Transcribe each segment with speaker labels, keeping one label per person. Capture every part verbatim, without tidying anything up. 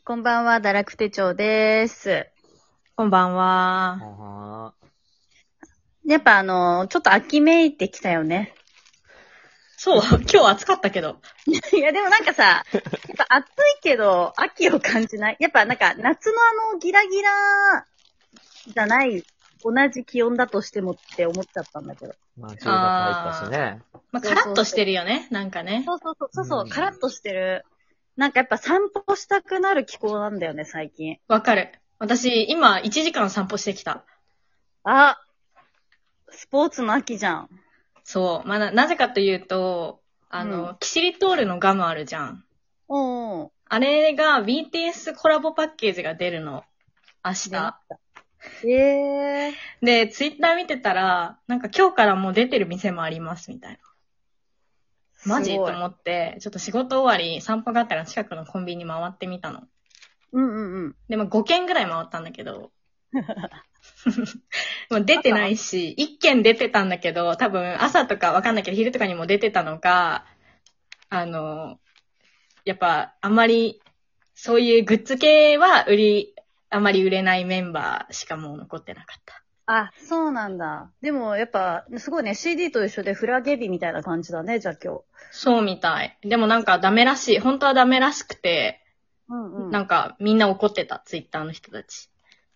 Speaker 1: こんばんは、堕落手帳です。
Speaker 2: こんばんは。
Speaker 3: あ
Speaker 1: やっぱあの、ちょっと秋めいてきたよね。
Speaker 2: そう、今日暑かったけど。
Speaker 1: いや、でもなんかさ、やっぱ暑いけど、秋を感じない。やっぱなんか、夏のあの、ギラギラじゃない、同じ気温だとしてもって思っちゃったんだけど。
Speaker 3: まあ、じゅうがつ入ったしね。
Speaker 2: まあ、カラッとしてるよね、なんかね。
Speaker 1: そうそうそう、そうそう、
Speaker 3: うん
Speaker 1: カラッとしてる。なんかやっぱ散歩したくなる気候なんだよね、最近。
Speaker 2: わかる。私、今、いちじかん散歩してきた。
Speaker 1: あ、スポーツの秋じゃん。
Speaker 2: そう。まあ、な、なぜかというと、あの、
Speaker 1: うん、
Speaker 2: キシリトールのガムあるじゃん。
Speaker 1: おー。
Speaker 2: あれが ビーティーエス コラボパッケージが出るの。明日。
Speaker 1: えー。
Speaker 2: で、ツイッター見てたら、なんか今日からもう出てる店もありますみたいな。マジと
Speaker 1: すごい。
Speaker 2: 思って、ちょっと仕事終わり散歩があったら近くのコンビニ回ってみたの。
Speaker 1: うんうんうん。
Speaker 2: でもごけんぐらい回ったんだけど、もう出てないし、いっけん出てたんだけど、多分朝とかわかんないけど昼とかにも出てたのか、あの、やっぱあんまりそういうグッズ系は売り、あまり売れないメンバーしかもう残ってなかった。
Speaker 1: あ、そうなんだ。でも、やっぱ、すごいね、シーディー と一緒でフラゲ日みたいな感じだね、じゃあ今日。
Speaker 2: そうみたい。でもなんかダメらしい。本当はダメらしくて、
Speaker 1: うんうん。
Speaker 2: なんかみんな怒ってた、ツイッターの人たち。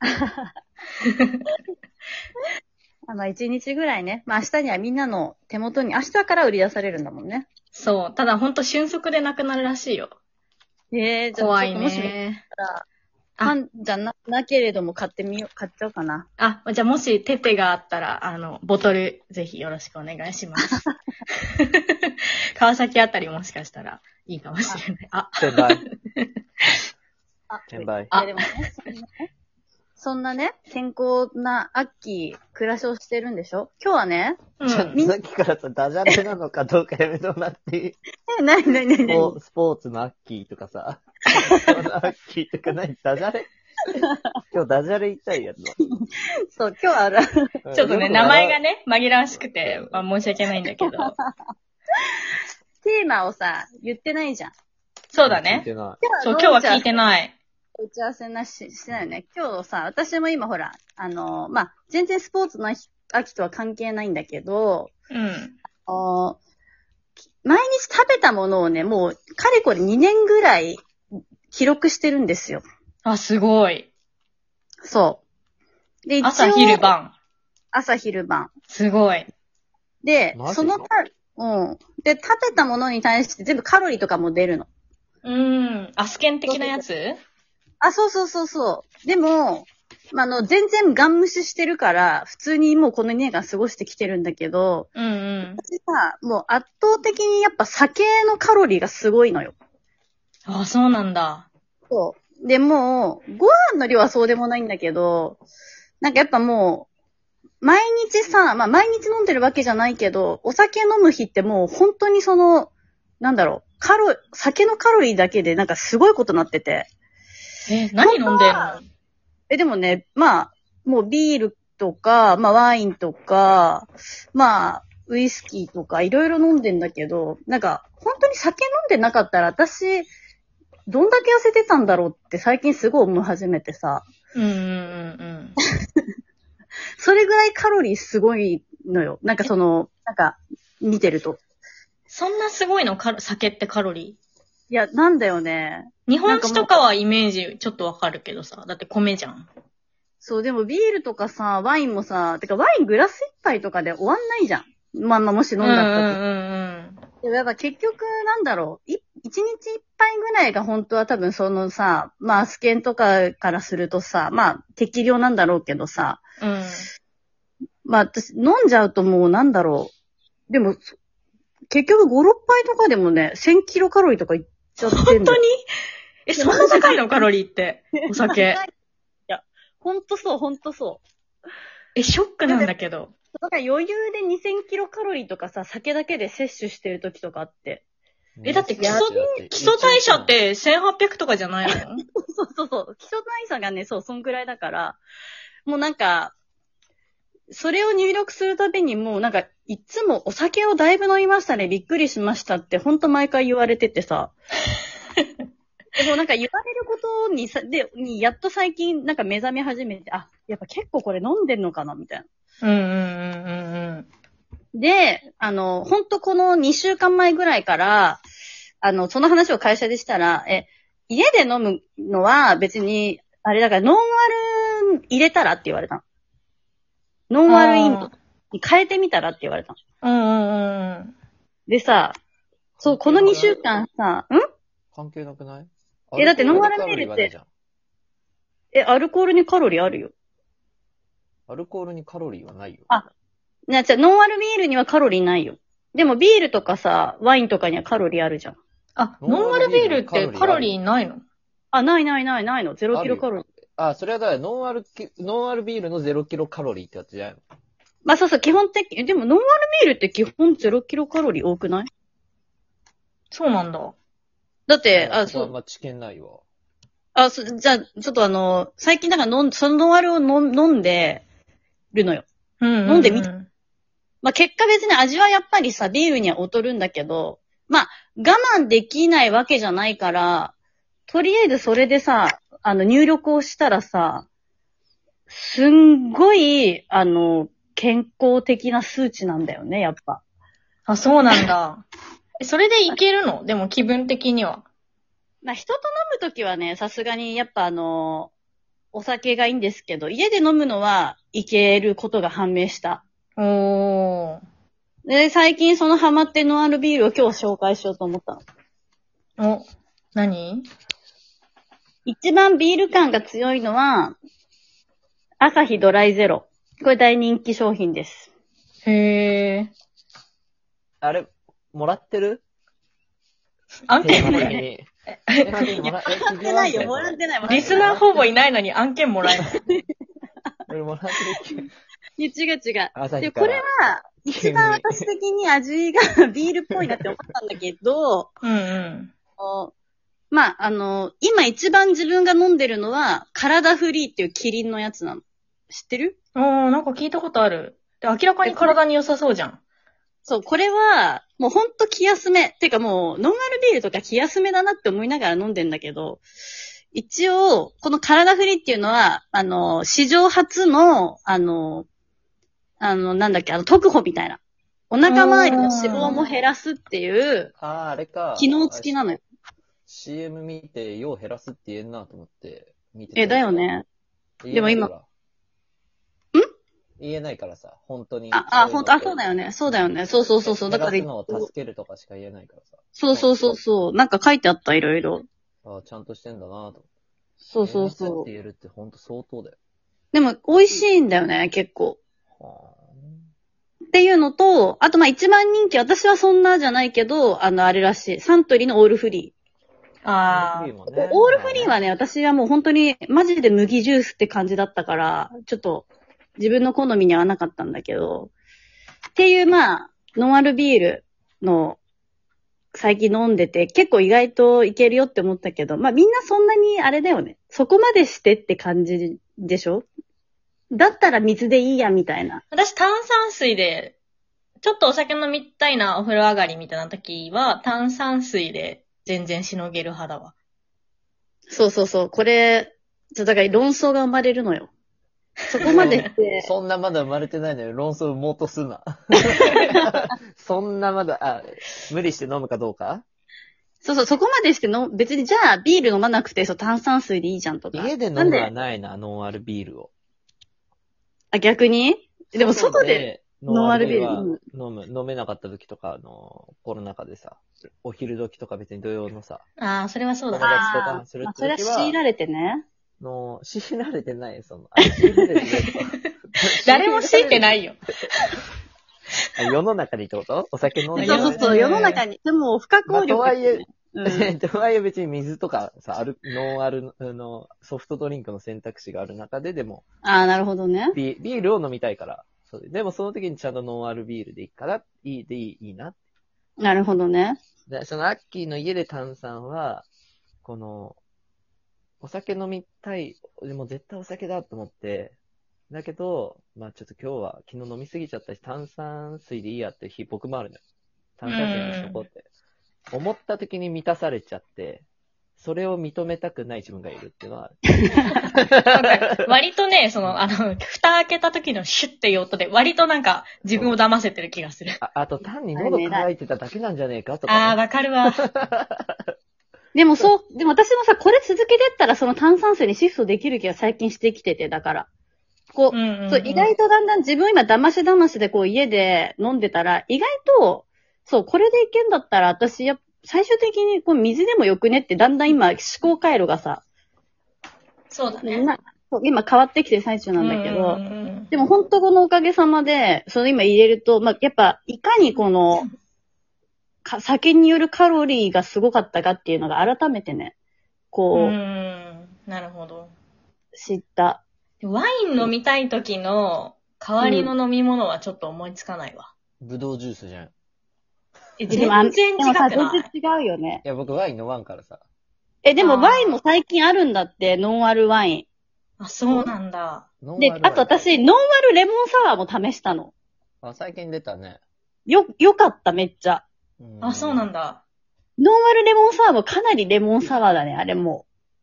Speaker 1: あの、一日ぐらいね。まあ明日にはみんなの手元に、明日から売り出されるんだもんね。
Speaker 2: そう。ただ本当瞬足でなくなるらしいよ。
Speaker 1: ええー、じゃあ
Speaker 2: 怖い
Speaker 1: ちょっともし見
Speaker 2: ね。
Speaker 1: たら、
Speaker 2: あ
Speaker 1: ファンじゃな、なけれども買ってみよう、買っちゃおうかな。
Speaker 2: あ、じゃあもしテテがあったら、あの、ボトル、ぜひよろしくお願いします。川崎あたりもしかしたらいいかもしれない。あ、
Speaker 3: 転売。
Speaker 1: あ、
Speaker 3: 転売。
Speaker 1: いやでもね、そんなね、そんなね、健康な秋、暮らしをしてるんでしょ？今日はね、
Speaker 2: うん。
Speaker 3: ちょっとさっきからさ、ダジャレなのかどうかやめてもらっていい？
Speaker 1: え、なになになになに
Speaker 3: スポスポーツのアッキーとかさ。スポーツのアッキーとか何ダジャレ今日ダジャレ言いたいやつだ。
Speaker 1: そう、今日ある。
Speaker 2: ちょっとね、名前がね、紛らわしくて、まあ、申し訳ないんだけど。
Speaker 1: テーマをさ、言ってないじゃん。
Speaker 2: そうだね。
Speaker 3: 聞いてな
Speaker 2: そう、今日は聞いてない。
Speaker 1: 打ち合わせなし、してないよね。今日さ、私も今ほら、あの、まあ、全然スポーツの秋とは関係ないんだけど、
Speaker 2: うん。
Speaker 1: あの毎日食べたものをね、もう、かれこれにねんぐらい記録してるんですよ。
Speaker 2: あ、すごい。
Speaker 1: そう。で、一応
Speaker 2: 朝昼晩。
Speaker 1: 朝昼晩。
Speaker 2: すごい。
Speaker 1: で
Speaker 3: マ、ジ
Speaker 1: そのか、うん。で、食べたものに対して全部カロリーとかも出るの。
Speaker 2: うーん。アスケン的なやつ？
Speaker 1: あ、そうそうそうそう。でも、まあ、あの、全然ガン無視してるから、普通にもうこのにねんかん過ごしてきてるんだけど、
Speaker 2: うんうん。
Speaker 1: 私さ、もう圧倒的にやっぱ酒のカロリーがすごいのよ。
Speaker 2: あ、そうなんだ。
Speaker 1: そう。で、もう、ご飯の量はそうでもないんだけど、なんかやっぱもう、毎日さ、まあ毎日飲んでるわけじゃないけど、お酒飲む日ってもう本当にその、なんだろう、カロ、酒のカロリーだけでなんかすごいことになってて。
Speaker 2: え、何飲んでんの？
Speaker 1: え、でもね、まあ、もうビールとか、まあワインとか、まあ、ウイスキーとかいろいろ飲んでんだけど、なんか、本当に酒飲んでなかったら私、どんだけ痩せてたんだろうって最近すごい思い始めてさ、
Speaker 2: うんうんうんうん。
Speaker 1: それぐらいカロリーすごいのよ。なんかその、なんか、見てると。
Speaker 2: そんなすごいのか、酒ってカロリ
Speaker 1: いや、なんだよね。
Speaker 2: ー。日本酒とかはイメージちょっとわかるけどさ、だって米じゃん。
Speaker 1: そう、でもビールとかさ、ワインもさ、てかワイングラス一杯とかで終わんないじゃん。まあまあ、もし飲んだったと。
Speaker 2: うんうんうん
Speaker 1: でもやっぱ結局、なんだろう、い一日一杯ぐらいが本当は多分そのさ、まあ、スケンとかからするとさ、まあ、適量なんだろうけどさ、
Speaker 2: うん。うん。
Speaker 1: まあ私、飲んじゃうともうなんだろう。でも、結局ご、ろっぱいとかでもね、せんキロカロリーとかいっちゃってんだよ。
Speaker 2: 本当に？え、そんな高いのカロリーって。お酒。
Speaker 1: いや、ほんとそう、ほんとそう。
Speaker 2: え、ショックなんだけど。
Speaker 1: だから余裕でにせんキロカロリーとかさ、酒だけで摂取してる時とかあって。
Speaker 2: え、だって基礎
Speaker 3: だって
Speaker 2: 基礎代謝ってせんはっぴゃくとかじゃないの？
Speaker 1: そうそうそう。基礎代謝がね、そう、そんぐらいだから、もうなんか、それを入力するたびにもうなんか、いつもお酒をだいぶ飲みましたね、びっくりしましたって、ほんと毎回言われててさ。でそう、なんか言われることにさ、で、にやっと最近なんか目覚め始めて、あ、やっぱ結構これ飲んでんのかなみたいな。
Speaker 2: うんうんうんうんうん。
Speaker 1: で、あの、ほんとこのにしゅうかんまえぐらいから、あの、その話を会社でしたら、え、家で飲むのは別に、あれだからノンアル入れたらって言われたの。ノンアルインドに変えてみたらって言われたの。
Speaker 2: うんうんうん。
Speaker 1: でさ、そう、このにしゅうかんさ、ん
Speaker 3: 関係なくない？
Speaker 1: え、だってノンアルビールって、え、アルコールにカロリーあるよ。
Speaker 3: アルコールにカロリーはないよ。
Speaker 1: あ、な、じゃノンアルビールにはカロリーないよ。でもビールとかさ、ワインとかにはカロリーあるじゃん。
Speaker 2: あ、ノンアルビールってカロリーないの？
Speaker 1: あ、ないないないないの。ゼロキロカロリー。
Speaker 3: あ、それはだからノンアル、ノンアルビールのゼロキロカロリーってやつじゃないの？
Speaker 1: まあそうそう、基本的、でもノンアルビールって基本ゼロキロカロリー多くない？
Speaker 2: そうなんだ。
Speaker 1: だって、あ、
Speaker 3: そう。あんま知見ないわ。
Speaker 1: あ、そ、じゃあ、ちょっとあの、最近なんか飲ん、そのノンアルを飲飲んでるのよ。
Speaker 2: うんうんうん、
Speaker 1: 飲んでみて。まあ結果別に味はやっぱりさ、ビールには劣るんだけど、まあ我慢できないわけじゃないから、とりあえずそれでさ、あの入力をしたらさ、すんごい、あの、健康的な数値なんだよね、やっぱ。
Speaker 2: あ、そうなんだ。それでいけるの？でも気分的には。
Speaker 1: まあ人と飲むときはね、さすがにやっぱあの、お酒がいいんですけど、家で飲むのはいけることが判明した。
Speaker 2: おー。
Speaker 1: で、最近そのハマってノンアルビールを今日紹介しようと思った
Speaker 2: の。お、何？
Speaker 1: 一番ビール感が強いのは、アサヒドライゼロ。これ大人気商品です。
Speaker 2: へー。
Speaker 3: あれ、もらってる？
Speaker 2: 案件ね。
Speaker 1: もらってないよ、もらってない。
Speaker 2: リスナーほぼいないのに案件もらえない。
Speaker 3: 俺もらってるっけ？
Speaker 1: いや、違う違う。
Speaker 3: 朝日
Speaker 1: で、これは、一番私的に味がビールっぽいなって思ったんだけど、
Speaker 2: うんうん。
Speaker 1: まあ、あの、今一番自分が飲んでるのは、体フリーっていうキリンのやつなの。知ってる？
Speaker 2: おー、なんか聞いたことある。で、明らかに体に良さそうじゃん。
Speaker 1: そう、これは、もうほんと気休め。てかもう、ノンアルビールとか気休めだなって思いながら飲んでんだけど、一応、この体フリーっていうのは、あの、史上初の、あの、あの、なんだっけ、あの、特保みたいな。お腹周りの脂肪も減らすっていう、
Speaker 3: ああ、あれか。
Speaker 1: 機能付きなのよ。
Speaker 3: シーエム 見て、よう減らすって言えんなと思って見てた。
Speaker 1: え、だよね。でも今、ん？
Speaker 3: 言えないからさ、本当に。
Speaker 1: あ、あ、ほんと、あ、そうだよね。そうだよね。そうそうそうそう。だから。
Speaker 3: 減らすのを助けるとかしか言えないからさ。
Speaker 1: そうそうそうそう。なんか書いてあった、いろいろ。
Speaker 3: ああ、ちゃんとしてんだなと思って。
Speaker 1: そうそうそう。
Speaker 3: って言えるって本当相当だよ。
Speaker 1: でも、美味しいんだよね、結構。はあ。っていうのと、あとまあ一番人気、私はそんなじゃないけど、あの、あれらしい。サントリーのオールフリ
Speaker 2: ー。ああ。
Speaker 1: オールフリーはね、私はもう本当にマジで麦ジュースって感じだったから、ちょっと自分の好みに合わなかったんだけど、っていうまあ、ノンアルビールの最近飲んでて、結構意外といけるよって思ったけど、まあみんなそんなにあれだよね。そこまでしてって感じでしょ？だったら水でいいや、みたいな。
Speaker 2: 私炭酸水で、ちょっとお酒飲みたいな、お風呂上がりみたいな時は、炭酸水で全然しのげる派だわ。
Speaker 1: そうそうそう。これ、ちょっとだから論争が生まれるのよ。そこまでして。
Speaker 3: そんなまだ生まれてないのよ。論争生もうとすな。そんなまだ、あ、無理して飲むかどうか？
Speaker 1: そうそう、そこまでしての、別にじゃあビール飲まなくて、そう炭酸水でいいじゃんとか。
Speaker 3: 家で飲むはないな、ノンアルビールを。
Speaker 1: あ、逆に？でも外でノンアルビール
Speaker 3: 飲む、飲めなかった時とか、あの、コロナ禍でさ、お昼時とか別に土曜のさ。
Speaker 2: ああ、それはそうだ
Speaker 1: ね。友達とかする時は。まあ、それは強いられてね。
Speaker 3: の、強いられてない、その、あ強いられてない
Speaker 2: 誰も強いてないよ。
Speaker 3: 世の中にってこと？お酒飲んでる。
Speaker 1: そうそうそう、世の中に。でも、不可抗力、ね。
Speaker 3: まあ、とはいえ、うん、とはいえ別に水とかさ、ある、ノンアルのソフトドリンクの選択肢がある中ででも。
Speaker 1: ああ、なるほどね
Speaker 3: ビ。ビールを飲みたいから。そうでもその時にちゃんとノンアルビールでいいから、いいでいい、いいな。
Speaker 1: なるほどね。
Speaker 3: で、そのアッキーの家で炭酸は、この、お酒飲みたい、でも絶対お酒だと思って、だけど、まあちょっと今日は昨日飲みすぎちゃったし、炭酸水でいいやって日僕もあるのよ。炭酸水にしとこうって。思った時に満たされちゃって、 それを認めたくない自分がいるっていうのはある。
Speaker 2: 割とね、その、あの、蓋開けた時のシュッていう音で、割となんか自分を騙せてる気がする。
Speaker 3: ああと単に喉乾いてただけなんじゃねえかとか、ね。
Speaker 2: ああ、わかるわ。
Speaker 1: でもそう、でも私もさ、これ続けてったらその炭酸水にシフトできる気が最近してきてて、だから。こう、
Speaker 2: うんうんうん、
Speaker 1: そう、意外とだんだん自分今騙し騙しでこう家で飲んでたら、意外と、そう、これでいけんだったら私や、最終的にこう水でもよくねってだんだん今思考回路がさ、
Speaker 2: そうだね。
Speaker 1: なそう今変わってきてる最中なんだけど、
Speaker 2: うんうんうん、
Speaker 1: でも本当このおかげさまで、その今入れると、まあ、やっぱいかにこの、か酒によるカロリーがすごかったかっていうのが改めてね、こう、
Speaker 2: うーん、なるほど。
Speaker 1: 知った。
Speaker 2: ワイン飲みたい時の代わりの飲み物はちょっと思いつかないわ。
Speaker 3: ブドウジュースじゃん。
Speaker 2: え、全然違く
Speaker 1: でもさ、全
Speaker 2: ない？
Speaker 1: 然違うよね。
Speaker 3: いや、僕ワイン飲まんからさ。
Speaker 1: え、でも
Speaker 2: あー
Speaker 1: ワインも最近あるんだって、ノンアルワイ
Speaker 2: あ、そうなんだ。
Speaker 1: ン。で、
Speaker 3: ノンアルワイン
Speaker 1: あと私、ノンアルレモンサワーも試したの。
Speaker 3: あ、最近出たね。
Speaker 1: よ、よかった、めっちゃ。
Speaker 3: うん
Speaker 2: あ、そうなんだ。
Speaker 1: ノンアルレモンサワーもかなりレモンサワーだね、あれも。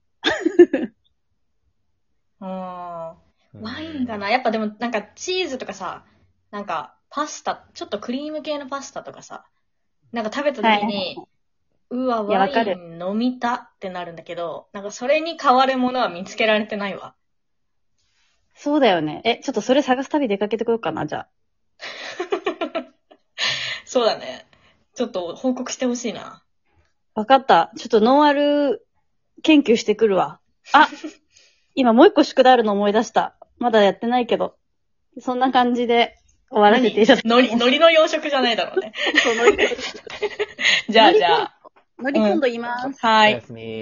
Speaker 2: うーん。ワインだな。やっぱでもなんかチーズとかさ、なんかパスタ、ちょっとクリーム系のパスタとかさ、なんか食べた時に、
Speaker 1: はい、
Speaker 2: うわ、
Speaker 1: いや
Speaker 2: ワ
Speaker 1: わかる
Speaker 2: イン飲みたってなるんだけど、なんかそれに変わるものは見つけられてないわ。
Speaker 1: そうだよね。え、ちょっとそれ探す旅出かけてこようかな、じゃあ。
Speaker 2: そうだね。ちょっと報告してほしいな。
Speaker 1: わかった。ちょっとノンアル研究してくるわ。あ今もう一個宿題あるの思い出した。まだやってないけど。そんな感じで終わらせていただきます。
Speaker 2: のり、のりの養殖じゃないだろうね。
Speaker 1: そうノリ
Speaker 2: じゃあじゃあ。
Speaker 1: ノリ今度言います。
Speaker 2: はい
Speaker 3: おや。すみ。